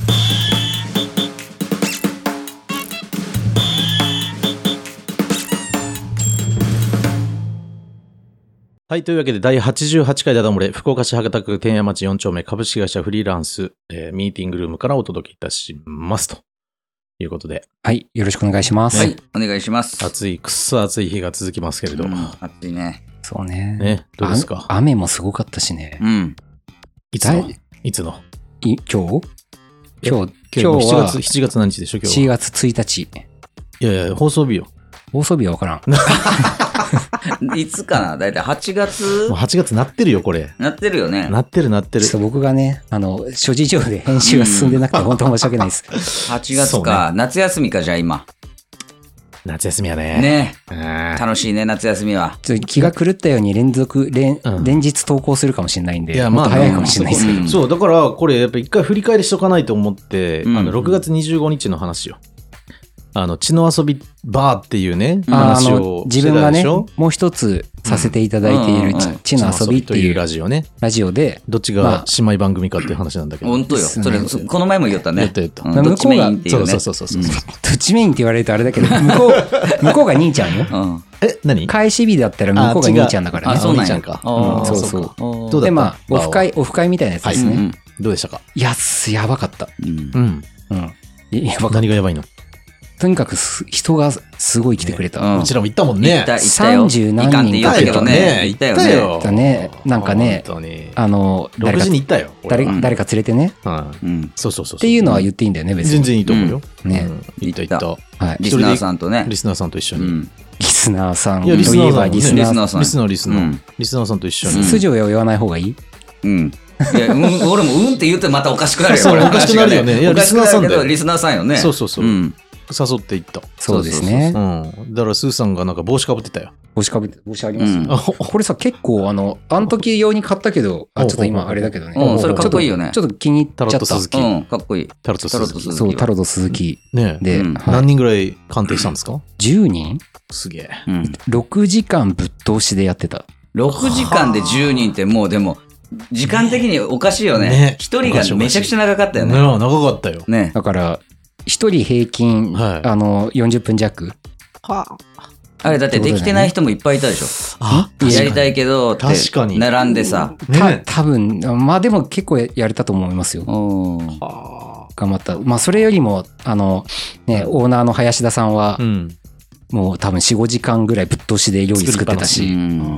はい。というわけで、第88回ダダ漏れ、福岡市博多区天山町4丁目株式会社フリーランス、ミーティングルームからお届けいたしますということで。 はい。よろしくお願いします。 はい。お願いします。 くっそ暑い日が続きますけれど。 暑いね。 そうね。 ね。どうですか？ 雨もすごかったしね。 うん。 いつの今日は 7月何日でしょ今日は。 7月1日。 いやいや、放送日よ。 放送日は分からん。 いつかなだいたい8月？ もう8月なってるよ、これ。 なってるよね。 なってる。 ちょっと僕がね、諸事情で編集が進んでなくて、本当申し訳ないです。 8月か、ね。夏休みか、じゃあ今。 夏休みやね。 ね。楽しいね、夏休みは。 気が狂ったように連日投稿するかもしれないんで、もっと早いかもしれないですけど。 そう、だからこれやっぱ一回振り返りしとかないと思って、6月25日の話よ。血の遊びバーっていうね、話を自分がね、もう一つさせていただいている血の遊びっていうラジオで、 どっちが姉妹番組かっていう話なんだけど。 本当よ。それ、この前も言ったね。 言った。 どっちメインっていうね。 そう。 どっちメインって言われるとあれだけど、向こうが兄ちゃんよ。 何？ 開始日だったら向こうが兄ちゃんだからね。 そうなんやんか。 そう。で、まあ、オフ会みたいなやつですね。 どうでしたか？ やばかった。 何がやばいの？ とにかく人がすごい来てくれた。 うちらも行ったもんね。 30何人か。行ったよね。なんかね、 6時に行ったよ。 誰か連れてね。 そう。 っていうのは言っていいんだよね、別に。 全然いいと思うよ。 ね。 行った。 リスナーさんとね。 リスナーさんと一緒に。 リスナーさんといえばリスナー。 リスナーさんと一緒に。 筋を言わない方がいい？ うん。いや、俺もって言うとまたおかしくなるよ。 おかしくなるよね。いや、リスナーさんだよ。 リスナーさんよね。 そう。誘っていった。 そうですね。 だからスーさんがなんか帽子かぶってたよ。 帽子ありますよ。これさ、結構あの時用に買ったけど、ちょっと今あれだけどね。 それかっこいいよね。 ちょっと気に入っちゃった。 タロット鈴木。 かっこいい。 タロット鈴木。 そう、タロット鈴木。 ねで、 何人ぐらい鑑定したんですか ？10人？ すげえ。 6時間ぶっ通しでやってた。 6時間で10人ってもうでも、時間的におかしいよね。一人がめちゃくちゃ長かったよね。 長かったよ。 ね。 だから、一人平均、40分弱。 あれだってできてない人もいっぱいいたでしょ。やりたいけどって並んでさ。 多分まあでも結構やれたと思いますよ。頑張った。まあそれよりもオーナーの林田さんはもう多分 4,5 時間ぐらいぶっ通しで料理作ってたし。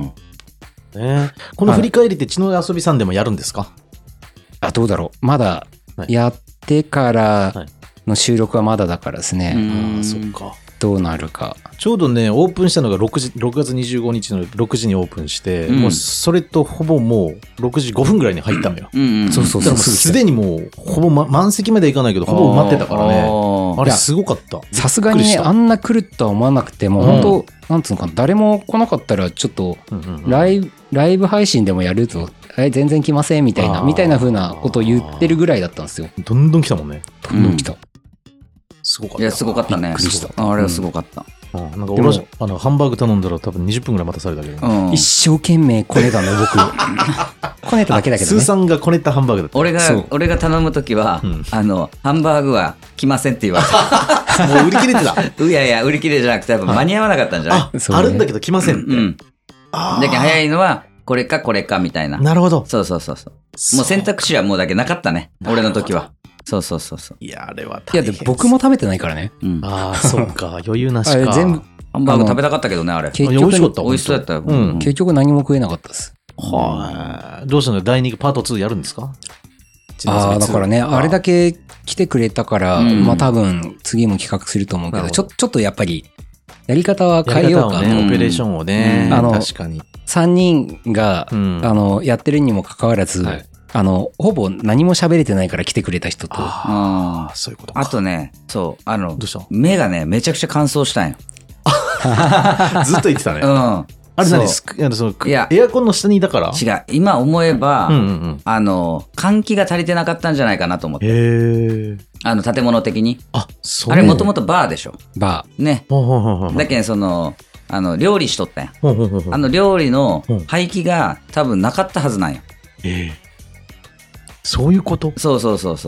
この振り返りって血の遊びさんでもやるんですか？ どうだろう。まだやってからの収録はまだだからですね。 そうか。 どうなるか。 ちょうどね、オープンしたのが6月25日の6時にオープンして、もうそれとほぼもう6時5分ぐらいに入ったのよ。 そう。 すでにもうほぼ満席までいかないけど、ほぼ埋まってたからね。あれすごかった。 さすがにね、あんな来るとは思わなくて、もう本当、なんつうのかな、誰も来なかったらちょっとライブ配信でもやると、全然来ませんみたいな風なことを言ってるぐらいだったんですよ。 どんどん来たもんね。 どんどん来た。 すごかった。いや、すごかったね。あれはすごかった。 なんか俺ハンバーグ頼んだら多分20分ぐらい待たされたけど、 一生懸命こねたの僕こねただけだけどね。 スーさんがこねたハンバーグだった。 俺が頼むときは、ハンバーグは来ませんって言われた。 もう売り切れてた。 いや売り切れじゃなくて間に合わなかったんじゃない？ あるんだけど来ませんって。 だけど早いのはこれかみたいな。 なるほど。 そう。もう選択肢はもうだけなかったね。俺の時は。そう。 いや、あれは大変。 いや、で僕も食べてないからね。 そうか。余裕なしか。 全部。 ハンバーグ食べたかったけどね、あれ。 美味しかった。 美味しそうだったよ。 結局何も食えなかったです。 どうしたの？第2パート2やるんですか？ だからね、あれだけ来てくれたから、まあ多分次も企画すると思うけど、ちょっとやっぱり、やり方は変えようか。 オペレーションをね。確かに。 3人が、やってるにもかかわらず、ほぼ何も喋れてないから来てくれた人と。 そういうことか。 あとね、そう、 どうした？ 目がね、めちゃくちゃ乾燥したんよ。 ずっと言ってたね。あれ何？エアコンの下にいたから？ 違う。今思えば、換気が足りてなかったんじゃないかなと思って。建物的に。あれもともとバーでしょ。 バー。ね。だけど料理しとったんや。料理の廃棄が多分なかったはずなんよ。 そういうこと？ そう。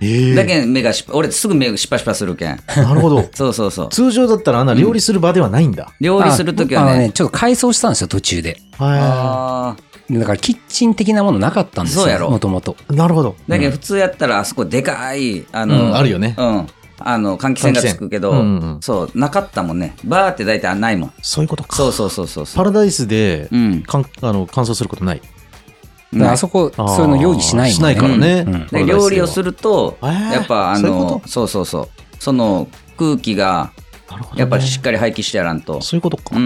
だけ目が俺すぐ目がシパシパするけん。 なるほど。 そうそうそう。 通常だったらあんな料理する場ではないんだ。 料理するときはね。 ちょっと改装したんですよ、途中で。 ああ。 だからキッチン的なものなかったんですよ。 そうやろ。 もともと。 なるほど。 だけど普通やったらあそこでかい、 あるよね。 換気扇がつくけど、そう、なかったもんね。バーって大体ないもん。 そういうことか。 そう。 パラダイスで乾燥することない。 あそこ、そういうの料理しないもんね。 しないからね。 料理をすると、やっぱそう。その空気が、やっぱしっかり排気してやらんと。 そういうことか。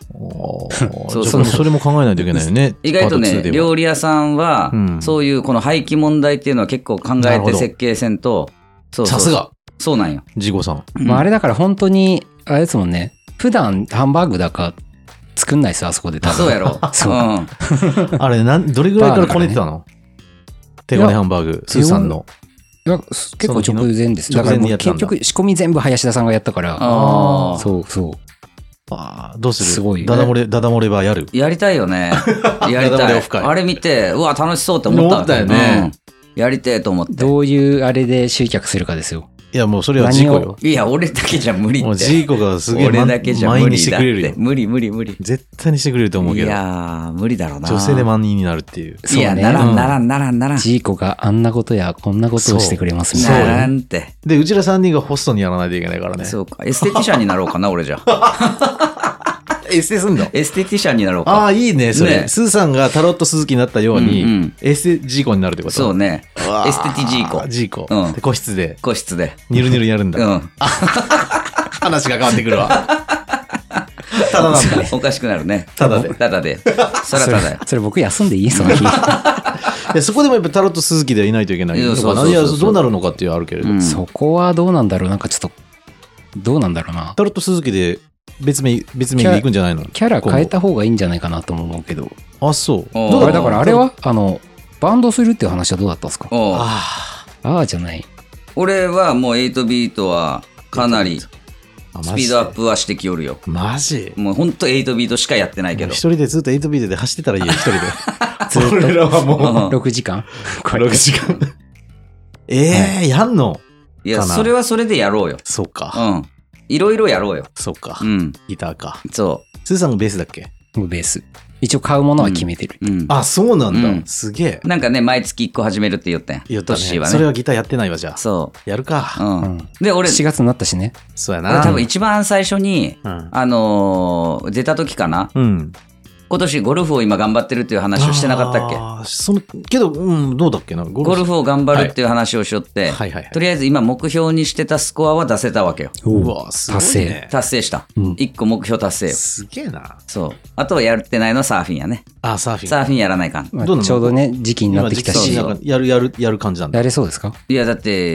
それも考えないといけないよね。 意外とね、料理屋さんは、そういうこの排気問題っていうのは結構考えて設計せんと、 さすが。 そうなんよ。 ジゴさん。 あれだから本当に、あれですもんね。普段ハンバーグだか作んないですよ、あそこで。 そうやろ。そう。 あれ、どれぐらいからこねてたの？手ごねハンバーグ、スーさんの。 いや、結構直前です。だから結局仕込み全部林田さんがやったから。そう。 どうする？ すごい。 ダダ漏ればやる？ やりたいよね。やりたい。あれ見て、うわ、楽しそうって思ったよね。 やりてえと思って。 どういうあれで集客するかですよ。 いや、もうそれはジーコよ。 いや、俺だけじゃ無理って。 もうジーコがすげえ俺だけじゃ満員にしてくれるよ。 無理。 絶対にしてくれると思うけど。 いやー、無理だろうな。 女性で満員になるっていう。 いや、ならん。 ジーコがあんなことやこんなことをしてくれますみたいな。なんて。 で、うちら3人がホストにやらないといけないからね。 そうか。エステティシャンになろうかな、俺じゃ。 エステすんの？ エステティシャンになろうか。 ああ、いいね、それ。スーさんがタロット鈴木になったように、エステジーコになるってこと？ そうね。エステティジーコ。 ジーコ。で、個室で。ニルニルやるんだ。話が変わってくるわ。ただなんだ。 おかしくなるね。 ただで。 それはただよ。 それ僕休んでいい？その日。 そこでもやっぱタロット鈴木ではいないといけないのかな。いや、どうなるのかっていうのはあるけれど。 そこはどうなんだろう。なんかちょっと、どうなんだろうな。 タロット鈴木で、別名で行くんじゃないの？ キャラ変えた方がいいんじゃないかなとも思うけど。 あ、そう。 だからあれはバンドするっていう話はどうだったんですか？ ああじゃない。 俺はもう8ビートはかなりスピードアップはしてきよるよ。 マジ？ もうほんと8ビートしかやってないけど。 一人でずっと8ビートで走ってたらいいよ、一人で。 ずっと。俺らはもう。6時間 ?6 時間。やんの？ いや、それはそれでやろうよ。 そうか。 うん。いろいろやろうよ。 そうか。ギターか。 そう。 スーさんがベースだっけ？ ベース。一応買うものは決めてる。 あ、そうなんだ。すげえ。 なんかね、毎月1個始めるって言ったんや。 言ったね。それはギターやってないわ、じゃあ。 そう。 やるか。 で、俺、4月になったしね。 そうやな。 俺多分一番最初に、出た時かな。今年ゴルフを今頑張ってるっていう話をしてなかったっけ？ けど、どうだっけな。 ゴルフを頑張るっていう話をしよって、とりあえず今目標にしてたスコアは出せたわけよ。 うわ、すごいね。 達成した。1個目標達成よ。 すげえな。 そう。あとはやってないのはサーフィンやね。 あ、サーフィン。 サーフィンやらないかん。 ちょうどね、時期になってきたし。 やる感じなんだ。 やれそうですか？ いや、だって、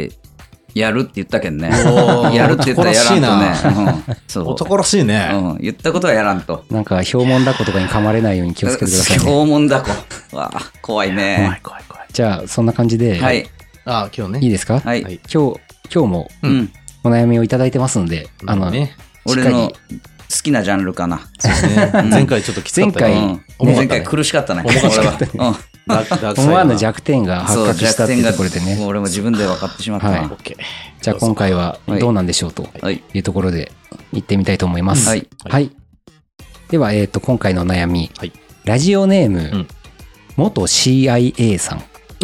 やるって言ったけんね。やるって言ったらやらんとね。 男らしいね。 言ったことはやらんと。 なんか、ヒョウモンダコとかに噛まれないように気をつけてくださいね。 ヒョウモンダコ。わあ、怖いね。 怖い。 じゃあ、そんな感じで。 はい。 今日ね。 いいですか？ はい。 今日も、お悩みをいただいてますんで、 俺の好きなジャンルかな。 前回ちょっときつかったね。 前回苦しかったね。 思わぬ弱点が発覚したっていうところでね。 俺も自分で分かってしまったな。 じゃあ今回はどうなんでしょうというところで行ってみたいと思います。はい。では、今回の悩み。ラジオネーム、元 CIA さん。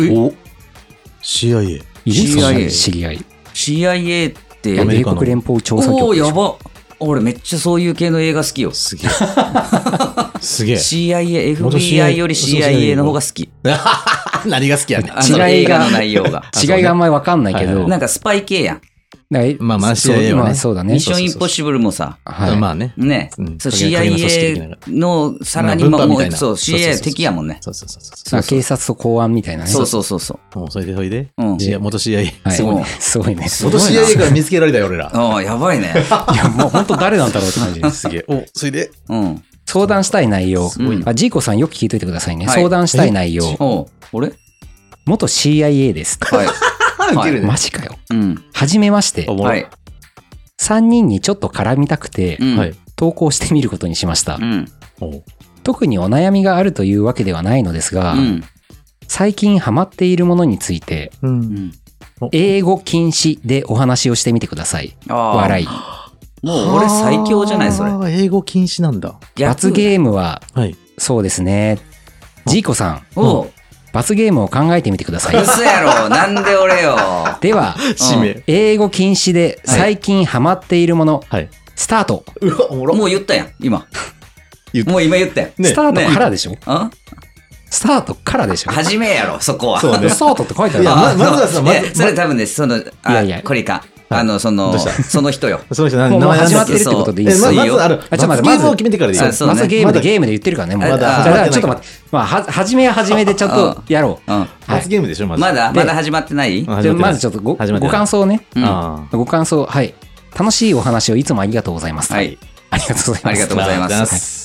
CIA？ 知り合い。 CIA って米国連邦調査局。 おー、やば。俺めっちゃそういう系の映画好きよ。 すげえ。 CIA、FBI より CIA の方が好き。 何が好きやねん。 映画の内容が。 違いがあんまり分かんないけど。 なんかスパイ系やん。 まあ CIA はね。 そうだね。 ミッションインポッシブルもさ。 まあね。 ね。CIA のさらにもう、そう、CIA 敵やもんね。 警察と公安みたいなね。 そう。 それで元 CIA。 すごいね。 元 CIA から見つけられたよ、俺ら。 ああ、やばいね。 いや、もう本当誰なんだろうって感じ。 すげえ。お、それで相談したい内容。ジーコさんよく聞いといてくださいね。相談したい内容。 俺元 CIA です。 はい。 マジかよ。はじめまして。3人にちょっと絡みたくて、投稿してみることにしました。特にお悩みがあるというわけではないのですが、最近ハマっているものについて、 英語禁止でお話をしてみてください。笑い。 もう俺最強じゃないそれ。 英語禁止なんだ。 罰ゲームは、そうですね。ジーコさん。罰ゲームを考えてみてください。 嘘やろ。なんで俺よ。 では、英語禁止で最近ハマっているもの、スタート。 もう言ったやん、今。もう今言ったやん。 スタートからでしょ。スタートからでしょ。 始めやろ、そこは。 スタートって書いてある。 それ多分ね、これか。その人よ。 その人もう始まってるってことでいいですよ。まずゲームを決めてからでいいよ。 まずゲームで言ってるからね。まだちょっと待って。まあ始めは始めでちょっとやろう。 罰ゲームでしょまず。 まだ始まってない？ まずちょっとご感想ね。ご感想、はい。楽しいお話をいつもありがとうございます。はい。ありがとうございます。 ありがとうございます。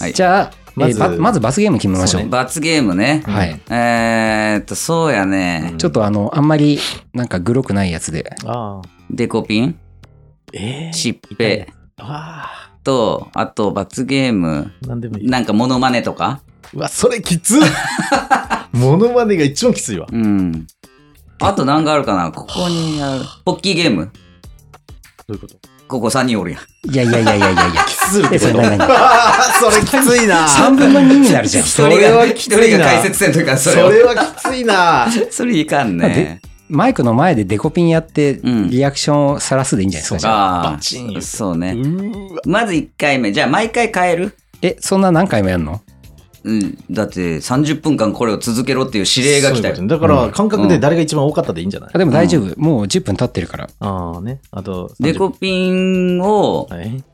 じゃあ、まず罰ゲーム決めましょう。 罰ゲームね。 はい。 そうやね。 ちょっとあんまりなんかグロくないやつで。 デコピン、しっぺと、あと罰ゲーム、なんかモノマネとか。 うわ、それきつい。モノマネが一番きついわ。 あと何があるかな。ここにあるポッキーゲーム。 どういうこと？ ここ3人おるやん。 いや。 キスするってこと？それきついな。 3分の2になるじゃん。 一人が解説せんというか、それはきついな。 それいかんね。 マイクの前でデコピンやってリアクションをさらすでいいんじゃないですか。 バチン。 そうね。まず1回目。じゃあ毎回変える？ そんな何回もやんの？ だって30分間これを続けろっていう指令が来たよ。 だから感覚で誰が一番多かったでいいんじゃない？ でも大丈夫。もう10分経ってるから。 あとデコピンを、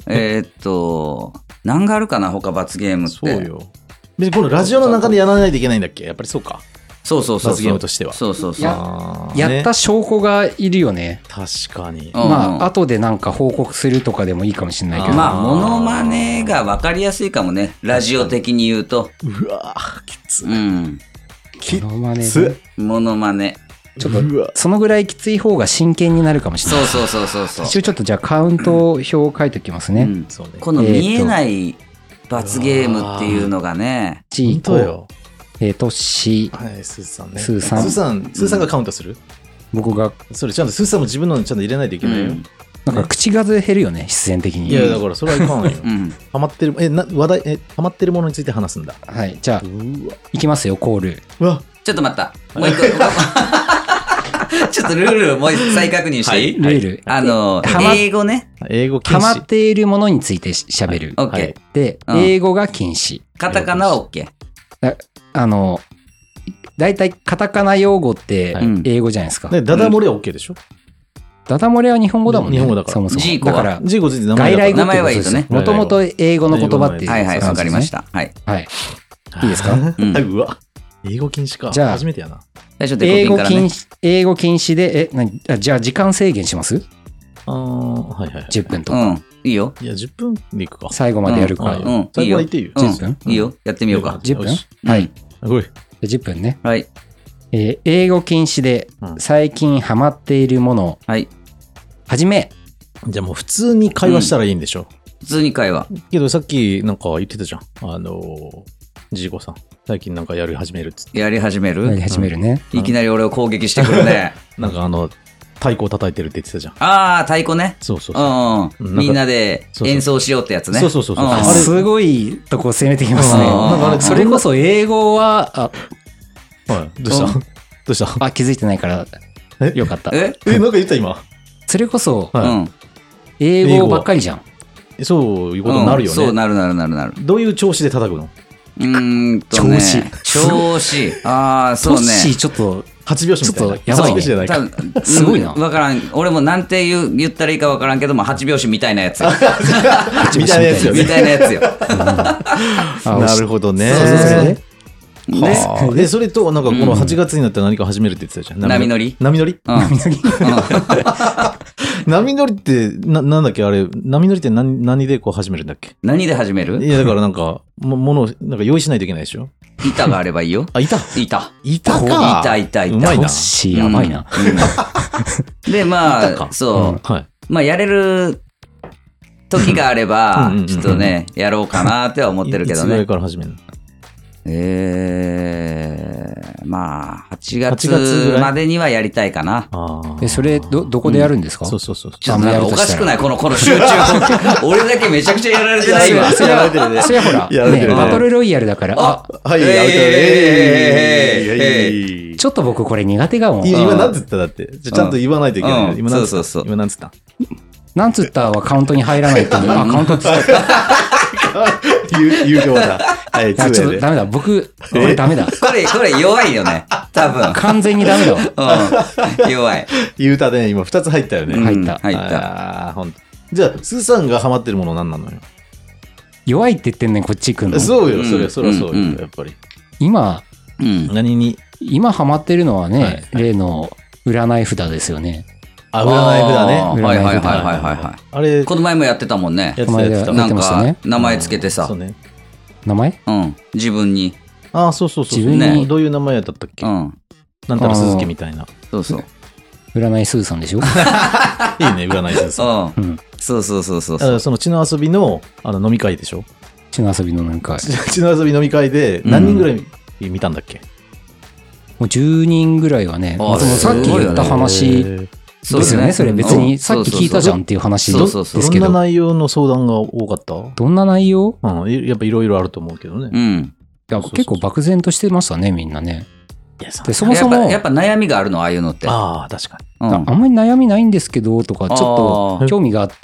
何があるかな他罰ゲームって。 そうよ。別にこのラジオの中でやらないといけないんだっけ？やっぱりそうか。 そう罰ゲームとしては。 そう。 やった証拠がいるよね。 確かに。 まあ後でなんか報告するとかでもいいかもしれないけど。 まあモノマネが分かりやすいかもね。ラジオ的に言うと。 うわきつい。 モノマネ。 ちょっとそのぐらいきつい方が真剣になるかもしれない。 そう。 一応ちょっとじゃあカウント表を書いておきますね。 この見えない罰ゲームっていうのがね。 本当よ。 スーさんね。 スーさんがカウントする？ 僕が。 それちゃんとスーさんも自分のちゃんと入れないといけないよ。 なんか口数減るよね、必然的に。 いやだからそれはいかんよ。ハマってるハマってるものについて話すんだ。 はい。じゃあいきますよ、コール。 ちょっと待った。もう一個。ちょっとルールをもう再確認していい？ ルール。 英語ね。 英語禁止。 ハマっているものについて喋る。 OK。 で、英語が禁止。 カタカナは OK。 だいたいカタカナ用語って英語じゃないですか。 ダダ漏れは OK でしょ？ ダダ漏れは日本語だもんね。 日本語だから。 そもそも。 ジーコは。 だから、 ジーコついて外来語ってことですね。もともと英語の言葉っていう。 はい、わかりました。はい。 いいですか？ うわ。英語禁止か。 じゃあ、 初めてやな。 英語禁止で、じゃあ時間制限します？ はい。 10分とか。 いいよ。 いや、10分でいくか。 最後までやるか。 最後までいっていいよ。 10分？ いいよ。やってみようか。 10分？はい。10分ね。 はい。 英語禁止で最近ハマっているもの。 はい。 はじめ。 じゃあもう普通に会話したらいいんでしょ？ 普通に会話。 けどさっきなんか言ってたじゃん。ジーコさん。最近なんかやり始めるっつって。 やり始めるね。 いきなり俺を攻撃してくるね。 なんか太鼓を叩いてるって言ってたじゃん。 ああ、太鼓ね。 そう。 みんなで演奏しようってやつね。 そう。 すごいとこ攻めてきますね。それこそ英語は、 どうした気づいてないからよかった。 なんか言った今。 それこそ、英語ばっかりじゃん。 そういうことになるよね。 そうなる。 どういう調子で叩くの？ 調子。 ああ、そうね。 ちょっと 8拍子みたいな。 やばいね。 すごいな。わからん。俺もなんて言ったらいいかわからんけども、8拍子みたいなやつ。 みたいなやつよ。 みたいなやつよ。 なるほどね。で、それと、なんかこの8月になったら何か始めるって言ってたじゃん。 波乗り波乗りって、なんだっけあれ、波乗りって何でこう始めるんだっけ？ 何で始める？ いや、だからなんか、物をなんか用意しないといけないでしょ？ 板があればいいよ。 板か。うまいな。 やばいな。 で、まあ、そう。まあ、やれる時があれば、ちょっとね、やろうかなっては思ってるけどね。 いつぐらいから始めるの？ まあ、8月までにはやりたいかな。 それ、どこでやるんですか？ そうそうそう。 ちょっとなんかおかしくないこの集中。俺だけめちゃくちゃやられてない今。 それはほら、ね、バトルロイヤルだから。 はい、 ちょっと僕これ苦手かも。 今なんつっただって。ちゃんと言わないといけない。今なんつった？今なんつった？ なんつったはカウントに入らないって。カウントつった。 有料だ。はい、 ちょっとダメだ。僕、これダメだ。 これ弱いよね。多分。 完全にダメだわ。弱い。 言うたね、今2つ入ったよね。 入った。 ほんと。じゃあ、スーさんがハマってるもの何なのよ。 弱いって言ってんねん、こっち行くの。 そうよ、そりゃそうよ、やっぱり。 今、 何に？ 今ハマってるのはね、例の占い札ですよね。 占い札ね。 はいはいはい。あれ、この前もやってたもんね。なんか、名前つけてさ。 名前？ 自分に。 そう。自分に。どういう名前だったっけ？なんたら鈴木みたいな。 そうそう。 占いスーさんでしょ？いいね、占いスーさん。 そう。 その血の遊びの飲み会でしょ？ 血の遊びの飲み会。 血の遊び飲み会で何人ぐらい見たんだっけ？ もう10人ぐらいはね、さっき言った話ですよね。それ別にさっき聞いたじゃんっていう話ですけど。 どんな内容の相談が多かった？ どんな内容？ やっぱいろいろあると思うけどね。 結構漠然としてましたね、みんなね。 でそもそもやっぱ悩みがあるの、ああいうのって。 確かに。 あんまり悩みないんですけどとか、ちょっと興味があって、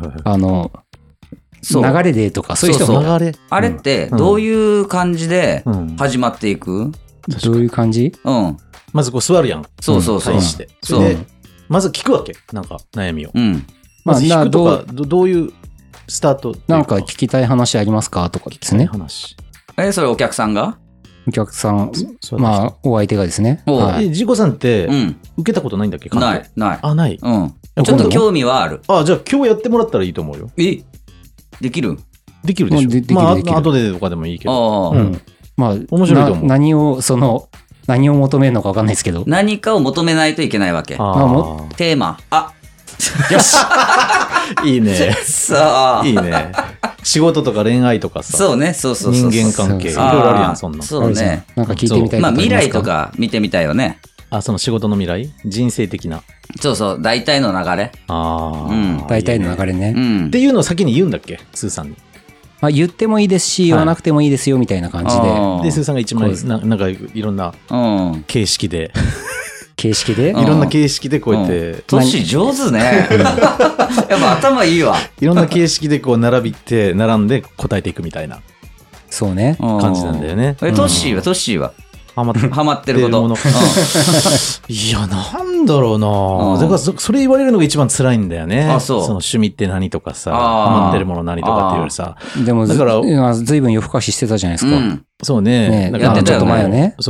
流れでとか、そういう人も。 あれってどういう感じで始まっていく？ どういう感じ？ まずこう座るやん。 そう。 まず聞くわけ。なんか悩みを。まず聞くとか、どういうスタート？ なんか聞きたい話ありますかとかですね。 それお客さんが？ お客さん、まあ、お相手がですね。 ジコさんって、受けたことないんだっけ？ ない。 ない。 ちょっと興味はある。 じゃあ今日やってもらったらいいと思うよ。 できるでしょ。まあ、後でとかでもいいけど。 まあ、 面白いと思う。 何を求めるのか分かんないですけど。 何かを求めないといけないわけ。テーマ。 よしいいね。 そう。 いいね。仕事とか恋愛とかさ。 そうね。 人間関係。いろいろあるやん、そんな。 そうね。 なんか聞いてみたいことありますか？ まあ、未来とか見てみたいよね。 その仕事の未来？人生的な。 そう。大体の流れ。 大体の流れね。 っていうのを先に言うんだっけ？スーさんに。 言ってもいいですし、言わなくてもいいですよみたいな感じで。 で、スーさんが一枚、なんかいろんな形式で。 形式でいろんな形式でこうやって。 トシ上手ね。やっぱ頭いいわ。 いろんな形式でこう並んで答えていくみたいな。 そうね。 感じなんだよね。 トッシーはハマってること。 いや、なんだろうな。だからそれ言われるのが一番辛いんだよね。その趣味って何とかさ、ハマってるもの何とかっていうよりさ。 でも、だから随分夜更かししてたじゃないですか。 そうね。 やってたよね。ちょっと前よね。 そう。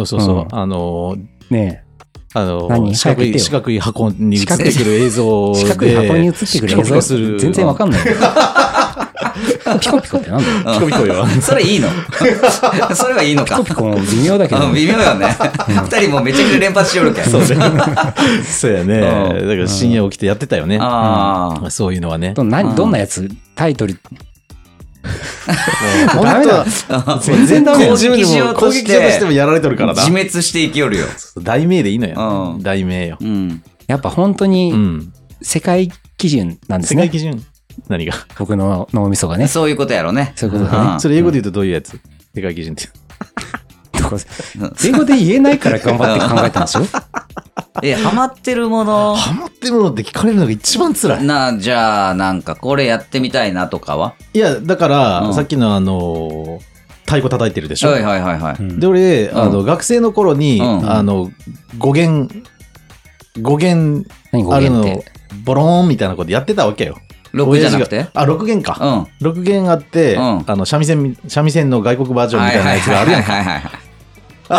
ね四角い箱に映ってくる映像で。 四角い箱に映ってくる映像全然わかんない。ピコピコってなんだよ。 ピコピコよ。 それいいの？それはいいのか。 ピコピコも微妙だけど。 微妙よね。二人もめちゃくちゃ連発しよるけん。 そうやね。だから深夜起きてやってたよね。そういうのはね。 どんなやつ？タイトル。 ダメだ。全然ダメだ。 攻撃しようとしてもやられとるからな。 自滅していきよるよ。 題名でいいのよ。題名よ。 やっぱ本当に世界基準なんですね。 世界基準。何が？ 僕の脳みそがね。 そういうことやろね。 そういうことだね。 それ英語で言うとどういうやつ？世界基準って。 英語で言えないから頑張って考えたんですよ。 ハマってるもの。 ハマってるものって聞かれるのが一番辛い。 じゃあ、なんかこれやってみたいなとかは？いや、だから、さっきの太鼓叩いてるでしょ。 はい。 で、俺、学生の頃に、語源あるの、ボローンみたいなことやってたわけよ。 6じゃなくて 6弦か。6弦あって、三味線の外国バージョンみたいなやつがあるやんか。 よ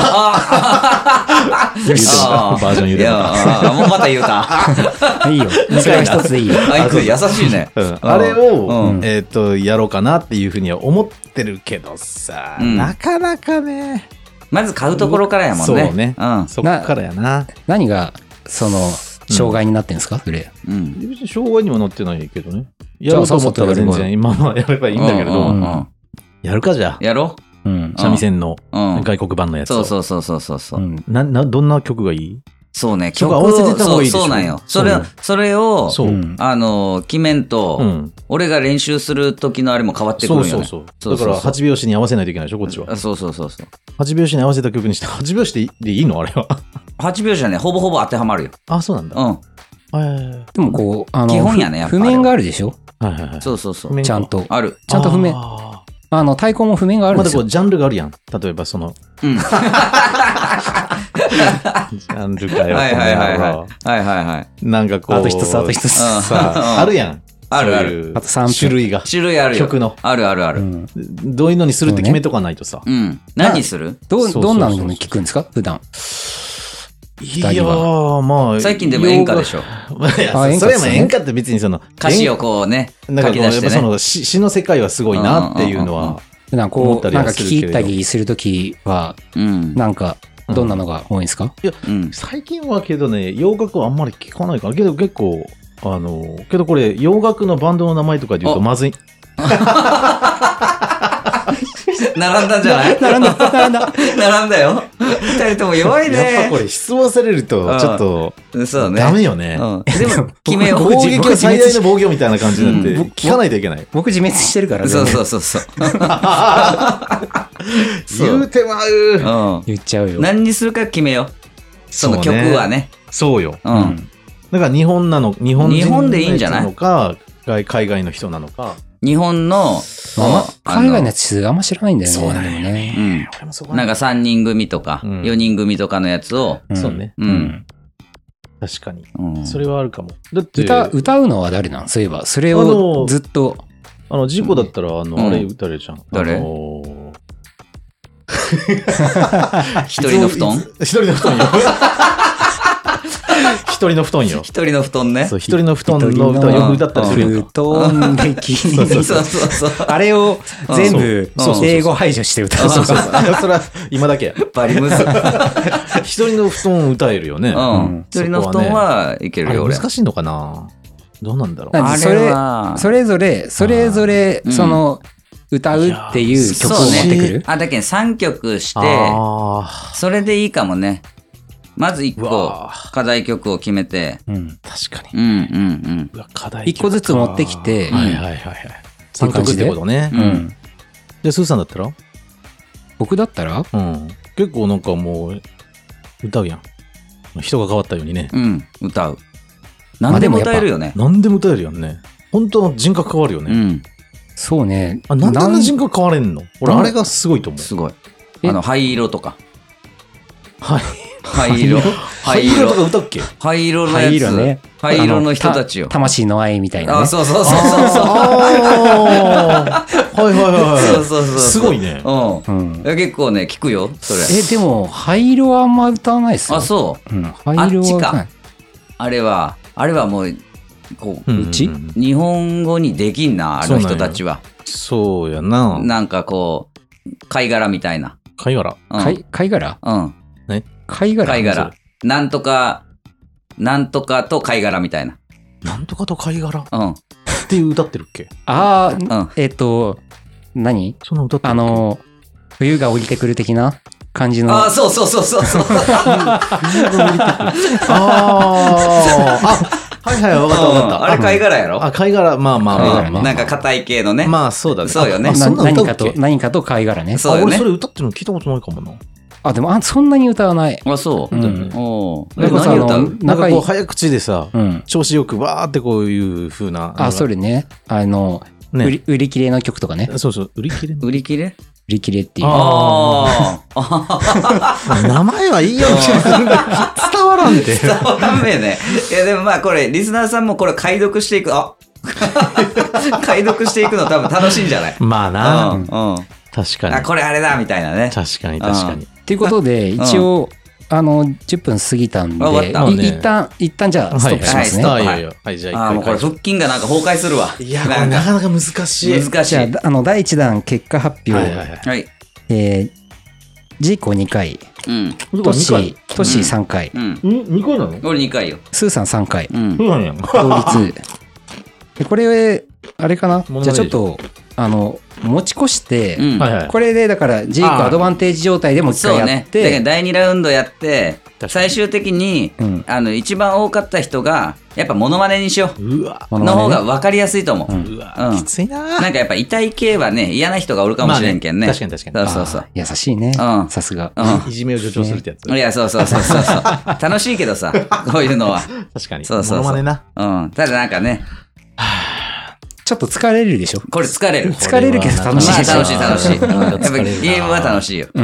し。 バージョン言うてた。 もうまた言うた。 いいよ。それは一つでいいよ。 優しいね。 あれを、やろうかなっていうふうには思ってるけどさ、なかなかね。 まず買うところからやもんね。 そうね。そっからやな。 何が、障害になってんですかそれ。 別に障害にもなってないけどね。やろうと思ったら全然今はやればいいんだけど。やるかじゃあ。 やろう。 三味線の外国版のやつを。 そう。 どんな曲がいい？ そうね、 曲合わせてた方がいいでしょ。 そうなんよ。それを、決めんと、俺が練習する時のあれも変わってくるんよね。 そう。だから8拍子に合わせないといけないでしょ、こっちは。 そう。 8拍子に合わせた曲にして、8拍子でいいのあれは。 8拍子はね、ほぼほぼ当てはまるよ。 あ、そうなんだ。 でもこう、 基本やね、やっぱ。 譜面があるでしょ？ そう。 ちゃんと。 ある。 ちゃんと譜面。太鼓も譜面があるんですよ。 まだこう、ジャンルがあるやん。例えばその。ジャンルかよ。 はい。 なんかこう。 あと一つ。 あるやん。 ある。 あと3 種類が。 種類あるよ。 曲の。 ある。 どういうのにするって決めとかないとさ。 何する？ どんなのに聞くんですか普段。 いやー、まあ。 最近でも演歌でしょ。 それも演歌って別にその。 歌詞をこうね、書き出してね。 その詩の世界はすごいなっていうのは。 なんか聞き入ったりするときは、なんか、どんなのが多いんですか？ いや、最近はけどね、洋楽はあんまり聞かないから、けど結構、けどこれ、洋楽のバンドの名前とかで言うとまずい。 並んだんじゃない？並んだよ。二人とも弱いね。 やっぱこれ質問されるとちょっとダメよね。 でも決めよう。 攻撃は最大の防御みたいな感じになって聞かないといけない。 僕自滅してるからね。 そう。 言うてまう。 言っちゃうよ。 何にするか決めよう。その曲はね。 そうよ。だから日本でいいんじゃないのか海外の人なのか。 日本の海外のやつあんま知らないんだよね。 そうだね。 なんか3人組とか4人組とかのやつを。 そうね。確かに。それはあるかも。だって歌うのは誰なん？そういえばそれをずっと。 ジコだったらあれ歌れるじゃん。 誰？一人の布団？ 一人の布団よ。一人の布団よ。 一人の布団ね。 そう、一人の布団の歌をよく歌ったりするよ。 布団できそう。 あれを全部英語排除して歌う。 それは今だけ。 バリムズ。 一人の布団歌えるよね。 一人の布団はいけるよ。 難しいのかな？どうなんだろう。 それぞれその歌うっていう曲を持ってくる。 だけど3曲してそれでいいかもね。まず1個課題曲を決めて、 確かに。 1個ずつ持ってきて、 3曲ってことね。じゃあスーさんだったら？ 僕だったら？ 結構なんかもう歌うやん。人が変わったようにね。 歌う。何でも歌えるよね。 何でも歌えるよね。本当の人格変わるよね。 そうね。 なんであんな人格変われんの？俺あれがすごいと思う。 すごい。灰色とか。 はい。 灰色とか歌っけ？ 灰色のやつ。灰色の人たちよ。 魂の愛みたいなね。 そう。 はい。すごいね。 結構ね、聞くよ、それ。 でも、灰色はあんま歌わないっすよ。 そう。 灰色は歌わない。 あれはもう、日本語にできんな、あの人たちは。 そうやな。 なんかこう、貝殻みたいな。 貝殻？ 貝殻？ ね。 貝殻。 なんとかと貝殻みたいな。 なんとかと貝殻？っていう歌ってるっけ？ 何？ その歌ってるっけ？ 冬が降りてくる的な感じの。 そう。 冬が降りてくる。はい、わかった。 あれ貝殻やろ？ 貝殻、まあ。 なんか硬い系のね。 まあそうだね。 そうよね。 何かと貝殻ね。 そうよね。 俺それ歌ってるの聞いたことないかもな。 でもそんなに歌わない。 そう。 なんかさ、 なんかこう早口でさ、調子よくわーってこういう風な。 それね。売り切れの曲とかね。 そう。売り切れっていう。 名前はいいよ。伝わらんで。 伝わらんね。いやでもまあこれ、リスナーさんもこれ解読していく。解読していくの多分楽しいんじゃない？ まあな。確かに。 これあれだみたいなね。 確かに。 ということで、一応、10分過ぎたんで、一旦じゃあストップしますね。 はい、じゃあもうこれ腹筋がなんか崩壊するわ。 いや、これなかなか難しい。 じゃあ、第1弾結果発表。 はい。 ジーコ2回。トシ3回。 2回なの？ 俺2回よ。 スーさん3回。 そうなんや。 同率。 これ、あれかな、じゃあちょっと、持ち越して、これでだからジェイクアドバンテージ状態でもう一回やって、 だから第2ラウンドやって、最終的に、一番多かった人がやっぱモノマネにしようの方が分かりやすいと思う。 きついな。 なんかやっぱ痛い系はね、嫌な人がおるかもしれんけんね。 確かに確かに。 そう優しいね。さすが。 いじめを助長するってやつ。 いや、そう楽しいけどさ、こういうのは。 確かに。 そう。 モノマネな。 ただなんかね、 ちょっと疲れるでしょ。 これ疲れる。 疲れるけど楽しいでしょ。 楽しい。やっぱゲームは楽しいよ。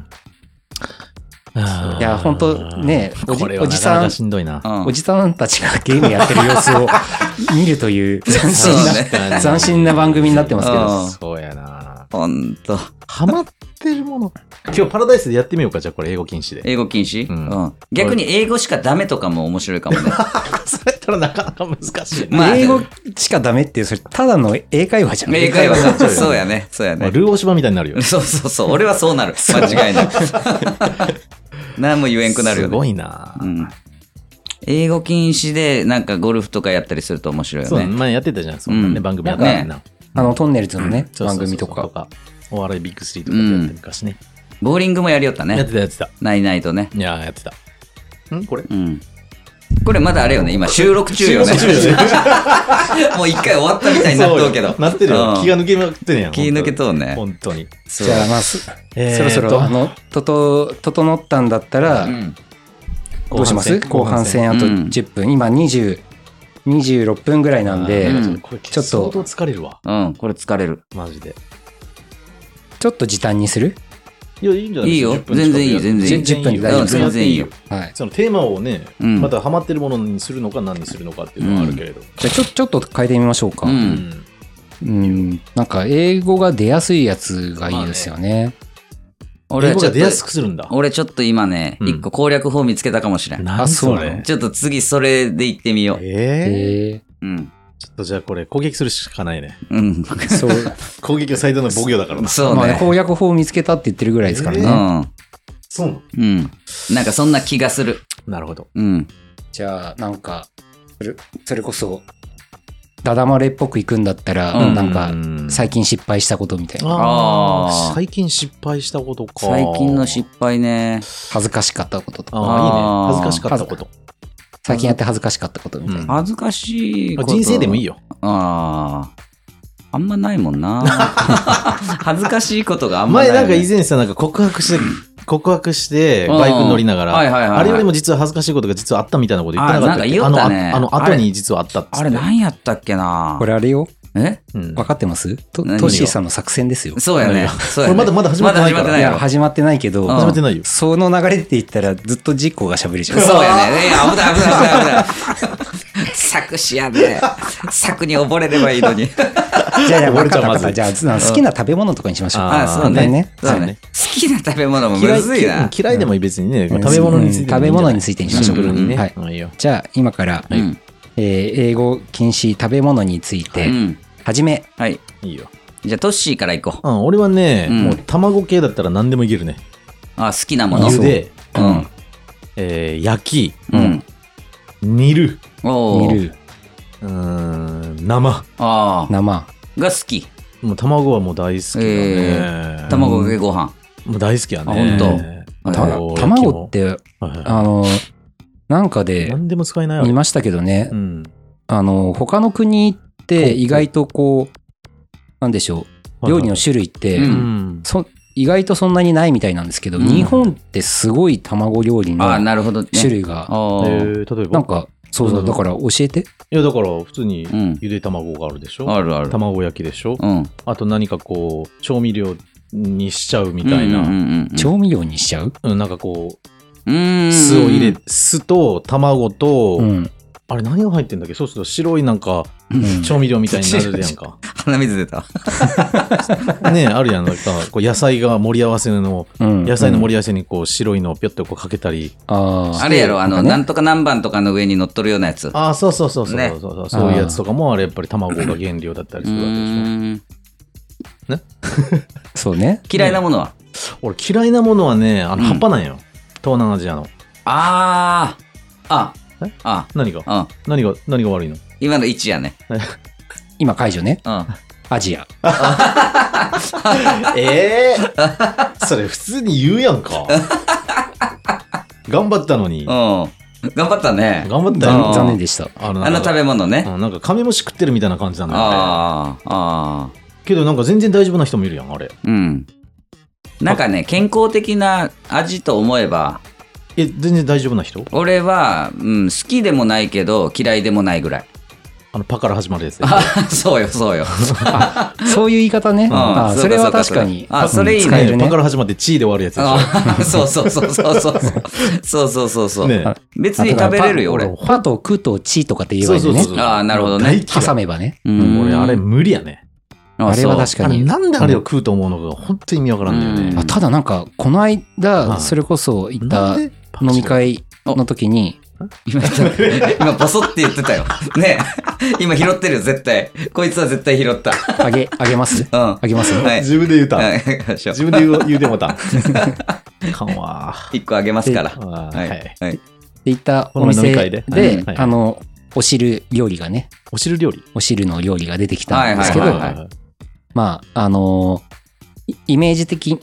いや、本当ね、おじさんたちがゲームやってる様子を見るという斬新な番組になってますけど。 そうやな。 ほんと。 ハマってるもの。今日パラダイスでやってみようか、じゃあこれ英語禁止で。 英語禁止？逆に英語しかダメとかも面白いかもね。 それやったらなかなか難しい。 英語しかダメっていう、それただの英会話じゃん。 英会話だ。そうやね。 ルー大芝みたいになるよ。 そう。俺はそうなる。間違いない。何も言えんくなるよね。 すごいな。 英語禁止でなんかゴルフとかやったりすると面白いよね。 そう、前やってたじゃん。そんなね、番組やったね。トンネルズのね、番組とか。 お笑いビッグ3とかやって昔ね。 ボーリングもやりよったね。 やってた。 ないとね。 いや、やってた。これ？ これまだあれよね、今収録中よね。もう一回終わったみたいになっとうけど。 なってるよ。気が抜けまくってんやん。 気抜けとうね。 本当に。 じゃあまあ、そろそろ整ったんだったら、どうします？後半戦あと10分。今26分ぐらいなんで、ちょっと。 相当疲れるわ。 これ疲れる。 マジで。 ちょっと時短にする？ いや、いいんじゃないですか。いいよ。全然いい。 10分で大丈夫。 全然いいよ。 そのテーマをね、またハマってるものにするのか何にするのかっていうのはあるけれど。 じゃあちょっと変えてみましょうか。なんか英語が出やすいやつがいいですよね。 英語が出やすくするんだ。 俺ちょっと今ね、一個攻略法見つけたかもしれん。 何それ？ ちょっと次それで行ってみよう。 ちょっとじゃあこれ攻撃するしかないね。 そう。 攻撃は最大の防御だからな。 そうね。 攻略法を見つけたって言ってるぐらいですからね。 そう。 なんかそんな気がする。 なるほど。 じゃあなんか、それこそ、ダダ漏れっぽくいくんだったら、なんか最近失敗したことみたいな。最近失敗したことか。 最近の失敗ね。 恥ずかしかったこととか。 いいね。恥ずかしかったこと。 最近やって恥ずかしかったことみたいな。 恥ずかしいこと。 人生でもいいよ。 あんまないもんな。恥ずかしいことがあんまない、ね。 前なんか以前さ、なんか告白してバイク乗りながら、あれよりも実は恥ずかしいことが実はあったみたいなこと言ってなかったっけ？ なんか言ったね。 後に実はあったって。 あれ何やったっけな。 これあれよ。 分かってます？トッシーさんの作戦ですよ。 そうやね。 これまだ始まってないから。 いや、始まってないけど、 始まってないよ。 その流れで言ったらずっとジッコが喋りちゃう。 そうやね。危ない。作詞やね。作に溺れればいいのに。 じゃあ、好きな食べ物とかにしましょう。 そうね。好きな食べ物もむずいな。 嫌いでも別にね、食べ物についてにしましょう。 じゃあ、今から、英語禁止食べ物について、はじめ。 はい。いいよ。じゃあ、トッシーからいこう。 俺はね、もう卵系だったら何でもいけるね。 好きなもの。 茹で、焼き、煮る、生。 生。 が好き。 もう卵はもう大好きだね。 卵かけご飯。 もう大好きやね。 本当。卵って、なんかで見ましたけどね、他の国って意外とこう、なんでしょう、料理の種類って、意外とそんなにないみたいなんですけど、日本ってすごい卵料理の種類が、なんか、そうだから教えて。 いやだから普通にゆで卵があるでしょ。 ある。 卵焼きでしょ。あと何かこう調味料にしちゃうみたいな。 調味料にしちゃう？ なんかこう酢を入れ、酢と卵と、あれ何が入ってんだっけ？そうすると白いなんか調味料みたいになるやんか。 鼻水出た。 ねえ、あるやん。なんかこう野菜が盛り合わせの、野菜の盛り合わせにこう白いのをピョッとこうかけたり。 あれやろ、なんとか南蛮とかの上に乗っとるようなやつ。 そう。そういうやつとかもあれやっぱり卵が原料だったりするわけでしょ。ね。 そうね。 嫌いなものは？ 俺嫌いなものはね、葉っぱなんよ。東南アジアの。 何が悪いの？ 今の位置やね。 今解除ね。アジア。 それ普通に言うやんか。頑張ったのに。 頑張ったね。 頑張ったよ。 残念でした。 あの食べ物ね。 なんかカメムシ食ってるみたいな感じなんだよね。けどなんか全然大丈夫な人もいるやん、あれ。 なんかね、健康的な味と思えば。 全然大丈夫な人？ 俺は、好きでもないけど嫌いでもないぐらい。 パから始まるやつ。 そうよ。 そういう言い方ね。それは確かに。 それいいね。 パから始まってチーで終わるやつでしょ。そう。別に食べれるよ、俺。 パとクとチとかって言えばいいね。 なるほどね。 挟めばね。 俺、あれ無理やね。 あれは確かに。 なんであれを食うと思うのか本当に意味わからんだよね。 ただなんか、この間、それこそ行った飲み会の時に、 今ボソって言ってたよ。ね今拾ってるよ、絶対。こいつは絶対拾った。 あげますあげます自分で言うた。自分で言うてもた。かんわ。 一個あげますから。 はい。って言ったお店で、お汁料理がね。 お汁料理？ お汁の料理が出てきたんですけど、まあ、イメージ的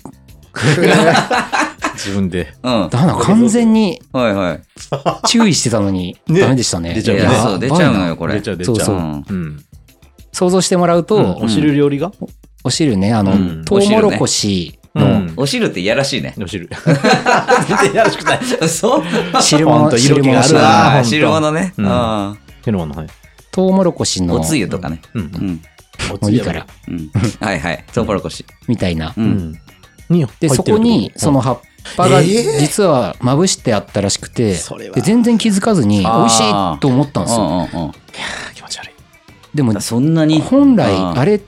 自分で。 だから完全に注意してたのにダメでしたね。 出ちゃうのよ、これ。 出ちゃう。 想像してもらうと、 お汁料理が？ お汁ね、トウモロコシの。 お汁っていやらしいね。 お汁。全然やらしくない。 そう？ 汁物ね。 汁物ね。 トウモロコシの。 おつゆとかね。 もういいから。 はい。トウモロコシ。 みたいな。で、そこに、その葉っぱが実はまぶしてあったらしくて、全然気づかずに美味しいと思ったんですよ。いや気持ち悪い。 でも、 そんなに本来、あれって、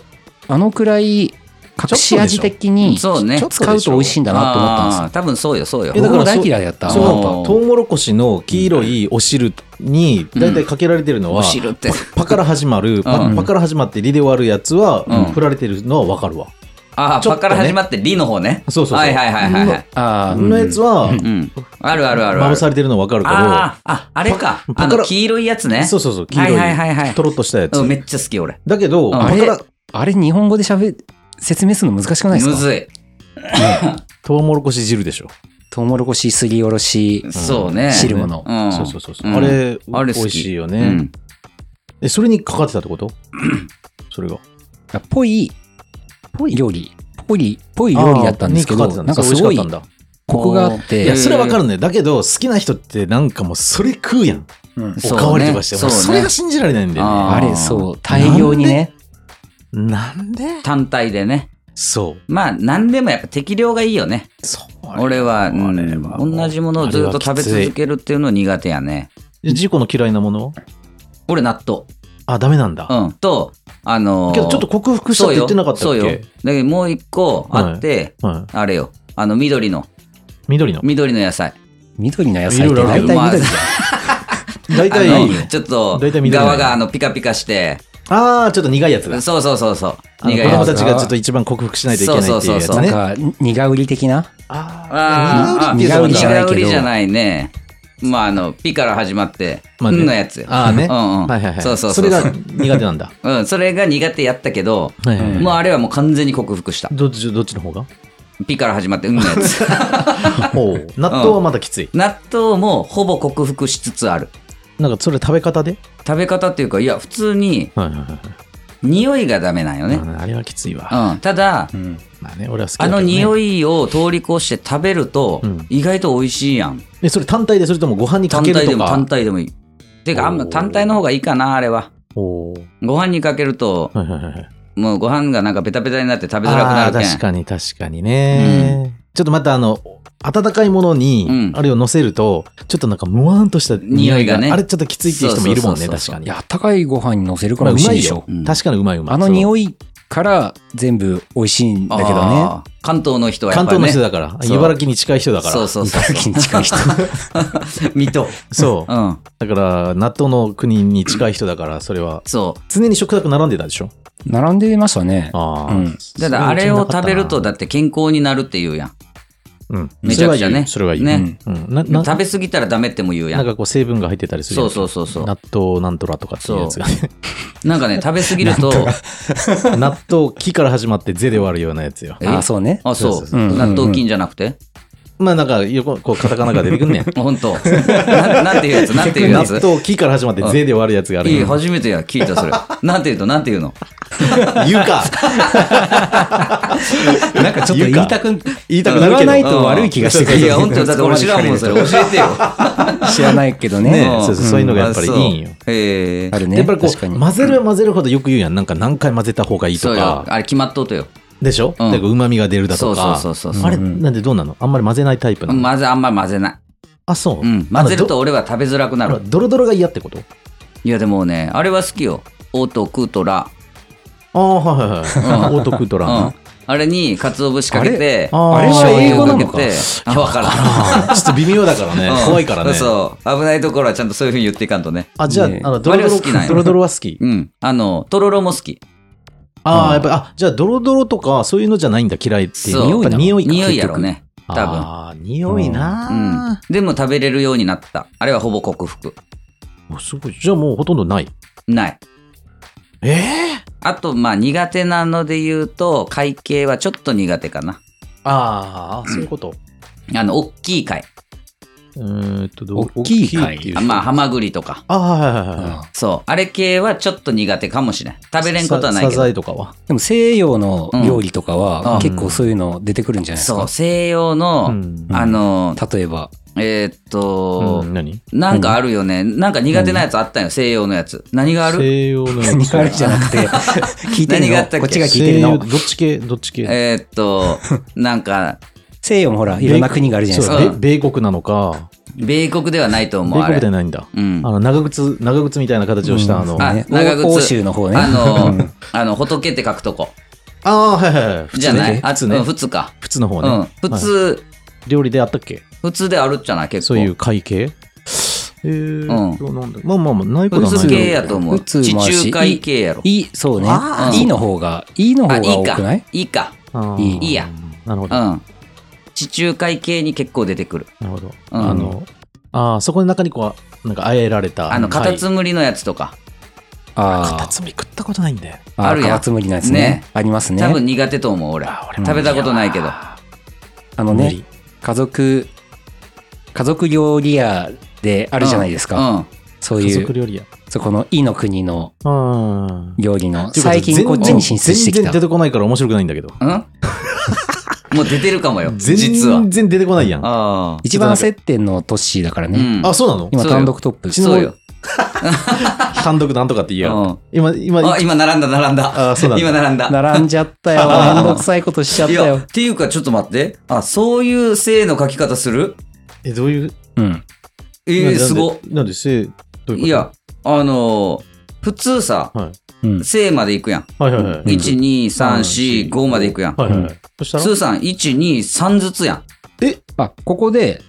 くらい、隠し味的に使うと美味しいんだなと思ったんですよ。 多分そうよ。 僕も大嫌いだった。 トウモロコシの黄色いお汁に大体かけられてるのは、パから始まる、パから始まってリで終わるやつは、振られてるのはわかるわ。 パから始まってリの方ね。 そう。 はい。 のやつは、 ある。 まぶされてるのわかるけど。 あれか。黄色いやつね。 そう。黄色い。とろっとしたやつ。 めっちゃ好き、俺。 だけど、 あれ日本語で説明するの難しくないですか？ むずい。 トウモロコシ汁でしょ。 トウモロコシすりおろし汁物。 そう。あれ美味しいよね。それにかかってたってこと？それが。 ぽい料理だったんですけど、なんかすごいコクがあって。 いや、それわかるね。だけど、好きな人ってなんかもうそれ食うやん。おかわりとかして。それが信じられないんだよね。 あれ、そう。大量にね。 なんで？ 単体でね。 そう。 まあ、なんでもやっぱ適量がいいよね。俺は、同じものをずっと食べ続けるっていうの苦手やね。 ジコの嫌いなものは？ 俺、納豆。 ダメなんだ。 と、 けどちょっと克服したって言ってなかったっけ？ そうよ。だけどもう一個あって、あれよ。緑の野菜。 緑の野菜って大体緑じゃん。 大体、 ちょっと、側がピカピカして、 ちょっと苦いやつだ。 そう。苦いやつ。子供たちがちょっと一番克服しないといけないっていうやつね。 なんか、苦売り的な？ 苦売りじゃないね。まあ、ピから始まって、のやつよ。 ね。そう。それが苦手なんだ。 それが苦手やったけど、もうあれはもう完全に克服した。 どっちの方が？ ピから始まって、のやつ。 納豆はまだきつい。 納豆もほぼ克服しつつある。 なんかそれ食べ方で？ 食べ方っていうか、いや、普通に、匂いがダメなんよね。 あれはきついわ。 ただ、 俺は好きだけどね。 匂いを通り越して食べると、意外と美味しいやん。 それ単体で、それともご飯にかけるとか？ 単体でもいい。てか、単体の方がいいかな、あれは。ご飯にかけると、もうご飯がなんかベタベタになって食べづらくなるけん。 確かにね。ちょっとまた温かいものに、あれを乗せると、ちょっとなんかムワーンとした匂いがね。あれちょっときついっていう人もいるもんね、確かに。 いや、温かいご飯に乗せるから美味しいでしょ。 確かにうまい。 匂いから全部美味しいんだけどね。 関東の人はやっぱりね。 関東の人だから。茨城に近い人だから。 そう。 茨城に近い人。 水戸。 そう。だから、納豆の国に近い人だから、それは。そう。常に食卓並んでたでしょ？ 並んでましたね。 ただ、あれを食べると、だって健康になるって言うやん。めちゃくちゃね。 それはいい。 ね。食べ過ぎたらダメっても言うやん。 なんかこう成分が入ってたりする。 そう。 納豆なんとらとかっていうやつがね。 なんかね、食べ過ぎると、 納豆、木から始まってゼで終わるようなやつよ。 そうね。 そう。納豆菌じゃなくてまあなんか、こう、カタカナが出てくんねん。 ほんと。なんていうやつなんていうやつ納豆、木から始まってゼで終わるやつがある。 初めて聞いた、それ。なんていうの言うか。 なんかちょっと言いたくなるけど。 言わないと悪い気がしてくる。 いや、ほんと、だって俺知らんもん、それ。教えてよ。 知らないけどね。 そういうのがやっぱりいいんよ。 あるね。 やっぱりこう、混ぜるほどよく言うやん。なんか何回混ぜた方がいいとか。 あれ決まっとうとよ。 でしょ？うまみが出るだとか。あれ、なんでどうなの？あんまり混ぜないタイプなの？ あんまり混ぜない。 あ、そう？ 混ぜると俺は食べづらくなる。 ドロドロが嫌ってこと？ いや、でもね、あれは好きよ。オートクートラ。 ああ、はいはいはい。オートクートラ。 あれに鰹節かけて、 あれは英語なのか。 わからん。 ちょっと微妙だからね。怖いからね。 そう。危ないところはちゃんとそういうふうに言っていかんとね。 あ、じゃあ、ドロドロは好き。 うん。とろろも好き。 ああ、やっぱ、じゃあ、ドロドロとか、そういうのじゃないんだ、嫌いっていう。 匂いやろね。多分。 ああ、匂いな。 でも食べれるようになった。あれはほぼ克服。 すごい。じゃあもうほとんどない。 ない。あと、まあ、苦手なので言うと、貝系はちょっと苦手かな。 ああ、そういうこと。 大きい貝。 大きい貝。 まあ、ハマグリとか。 はい。 そう。あれ系はちょっと苦手かもしれない。食べれんことはないけど。 サザエとかは。 でも西洋の料理とかは結構そういうの出てくるんじゃないですか。 そう。西洋の、 例えば。 なんかあるよね。なんか苦手なやつあったよ。西洋のやつ。何がある？ 西洋のやつ。 何があるじゃなくて、聞いてるの。こっちが聞いてるの。 どっち系なんか、西洋もほら、いろんな国があるじゃないですか。 米国なのか。 米国ではないと思う。 米国ではないんだ。長靴みたいな形をした長靴。 欧州の方ね。 仏って書くとこ。 ああ、はいはい。 じゃない？普通か。 普通の方ね。 普通。 料理であったっけ？ 普通であるじゃない結構。 そういう貝系？まあまあまあ、ないことはない。 普通系やと思う。地中海系やろ。 そうね。いいの方が多くない？ いいか。いいや。 なるほど。 地中海系に結構出てくる。 なるほど。そこの中にこう、なんかあえられた。 カタツムリのやつとか。 カタツムリ食ったことないんだよ。 あるやん。カタツムリのやつね。ありますね。 多分苦手と思う、俺。食べたことないけど。 家族料理屋であるじゃないですか。そういう。 家族料理屋。 そこのイの国の料理の。最近こっちに進出してきた。 全然出てこないから面白くないんだけど。 もう出てるかもよ。実は。 全然出てこないやん。 一番接点のトッシーだからね。 あ、そうなの？ 今単独トップ。 そうよ。 単独なんとかって言うやん。 今並んだ。 あ、そうだ。 今並んだ。 並んじゃったよ。めんどくさいことしちゃったよ。 っていうか、ちょっと待って。そういう性の書き方する？ どういう？ すご。 なんで性、どういうこと？ いや、普通さ、性までいくやん。 1、 2、3、4、5までいくやん。スーさん、1、2、3ずつやん。 ここで、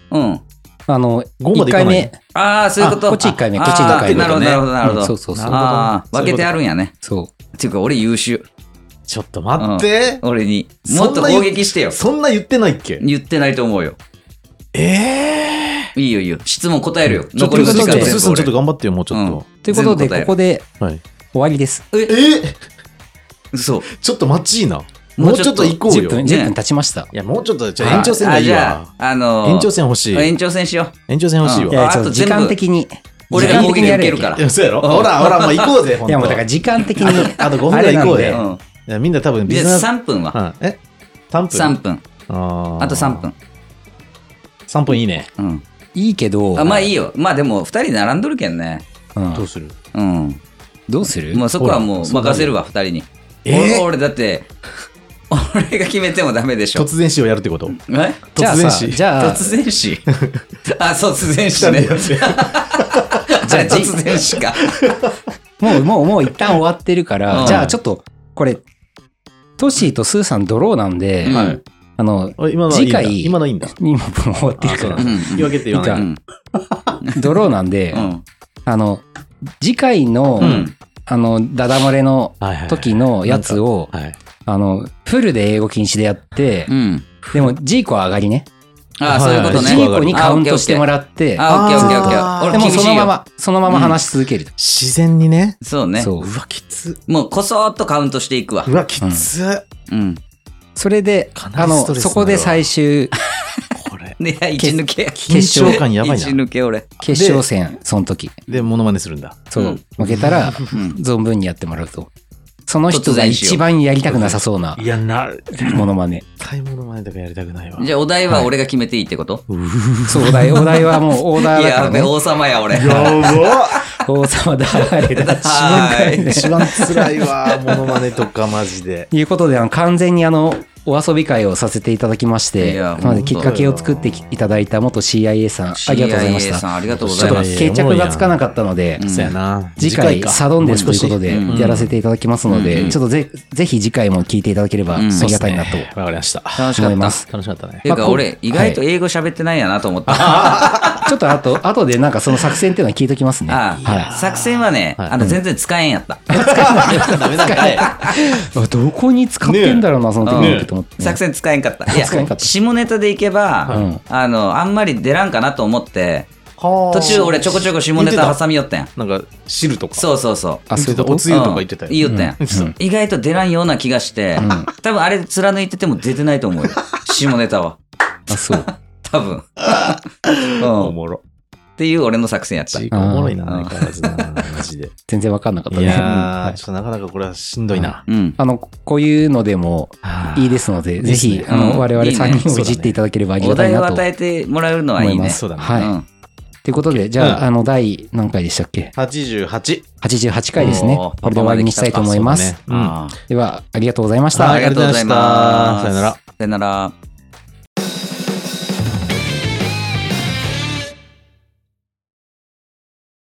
1 回目。 そういうこと。 こっち1回目、こっち2回目。 なるほど。 そう。 分けてあるんやね。 そう。 っていうか、俺優秀。 ちょっと待って。 俺に。もっと攻撃してよ。 そんな言ってないっけ？ 言ってないと思うよ。いいよ。質問答えるよ。残りの時間で。スーさんちょっと頑張ってよ、もうちょっと。 ということで、ここで終わりです。 嘘。 ちょっと待ちいな。もうちょっと行こうよ。 10分経ちました。 いや、もうちょっと、延長戦がいいわ。延長戦欲しい。 延長戦しよう。 延長戦欲しいわ。 あと時間的に。 俺が攻撃受けるから。 そうやろ？ほら、もう行こうぜ、 いや、もうだから時間的に。 あと5分ぐらい行こうぜ。いや、みんな多分ビジネス。3分は。3分。あと3分。 3分いいね。 いいけど。 まあいいよ。まあでも、2人並んどるけんね。 どうする？ どうする？ もうそこはもう任せるわ、2人に。俺だって、俺が決めてもダメでしょ。 突然死をやるってこと？ 突然死。 じゃあ、突然死。突然死ね。じゃあ、突然死か。 もう一旦終わってるから、じゃあちょっと、これ、トッシーとスーさんドローなんで、次回、 今のいいんだ。 今終わってるから。 言い訳って言わない。 ドローなんで、次回の、ダダ漏れの時のやつを、フルで英語禁止でやって、でもジーコは上がりね。 そういうことね。 ジーコにカウントしてもらって、 オッケーオッケーオッケー。 でもそのまま話し続ける。 自然にね。 そうね。 うわ、きつ。 もうこそっとカウントしていくわ。 うわ、きつ。 うん。 それで、そこで最終、 ね、一抜け。 緊張感やばいな。 一抜け俺。 決勝戦、その時。 で、モノマネするんだ。 そう。負けたら、存分にやってもらうと。その人が一番やりたくなさそうな。 いや、 モノマネ。 対モノマネとかやりたくないわ。 じゃあ、お題は俺が決めていいってこと？ そう、お題はもうオーダーだからね。 やべ、王様や、俺。 やば王様だ。 一番辛いわ、モノマネとかマジで。 ということで、完全にお遊び会をさせていただきまして、きっかけを作っていただいた元 CIA さん、ありがとうございました。 CIA さん、ありがとうございます。 決着がつかなかったので、次回サドンデスということでやらせていただきますので、ちょっとぜひ次回も聞いていただければありがたいなとわかりました。 楽しかった。 楽しかったね。 ていうか俺意外と英語喋ってないやなと思った。 ちょっと後でなんかその作戦っていうのは聞いときますね。 作戦はね、全然使えんやった。 どこに使ってんだろうな、そのテクニックと思って。 作戦使えんかった。いや、下ネタでいけば、あんまり出らんかなと思って、途中俺ちょこちょこ下ネタ挟みよったやん。 なんか汁とか。 そう。 おつゆとか言ってたよ。 言いよったやん。意外と出らんような気がして、多分あれ貫いてても出てないと思うよ。下ネタは。 そう。 多分。 おもろ。 っていう俺の作戦やった。 おもろいな、相変わらずな、マジで。 全然わかんなかったね。 いやー、ちょっとなかなかこれはしんどいな。 こういうのでもいいですので、ぜひ、我々3人をいじっていただければありがたいなと。 お題を与えてもらえるのはいいね。 そうだね。 はい。ということで、じゃあ、第何回でしたっけ？ 88回ですね。これで終わりにしたいと思います。では、ありがとうございました。 ありがとうございました。さよなら。 さよなら。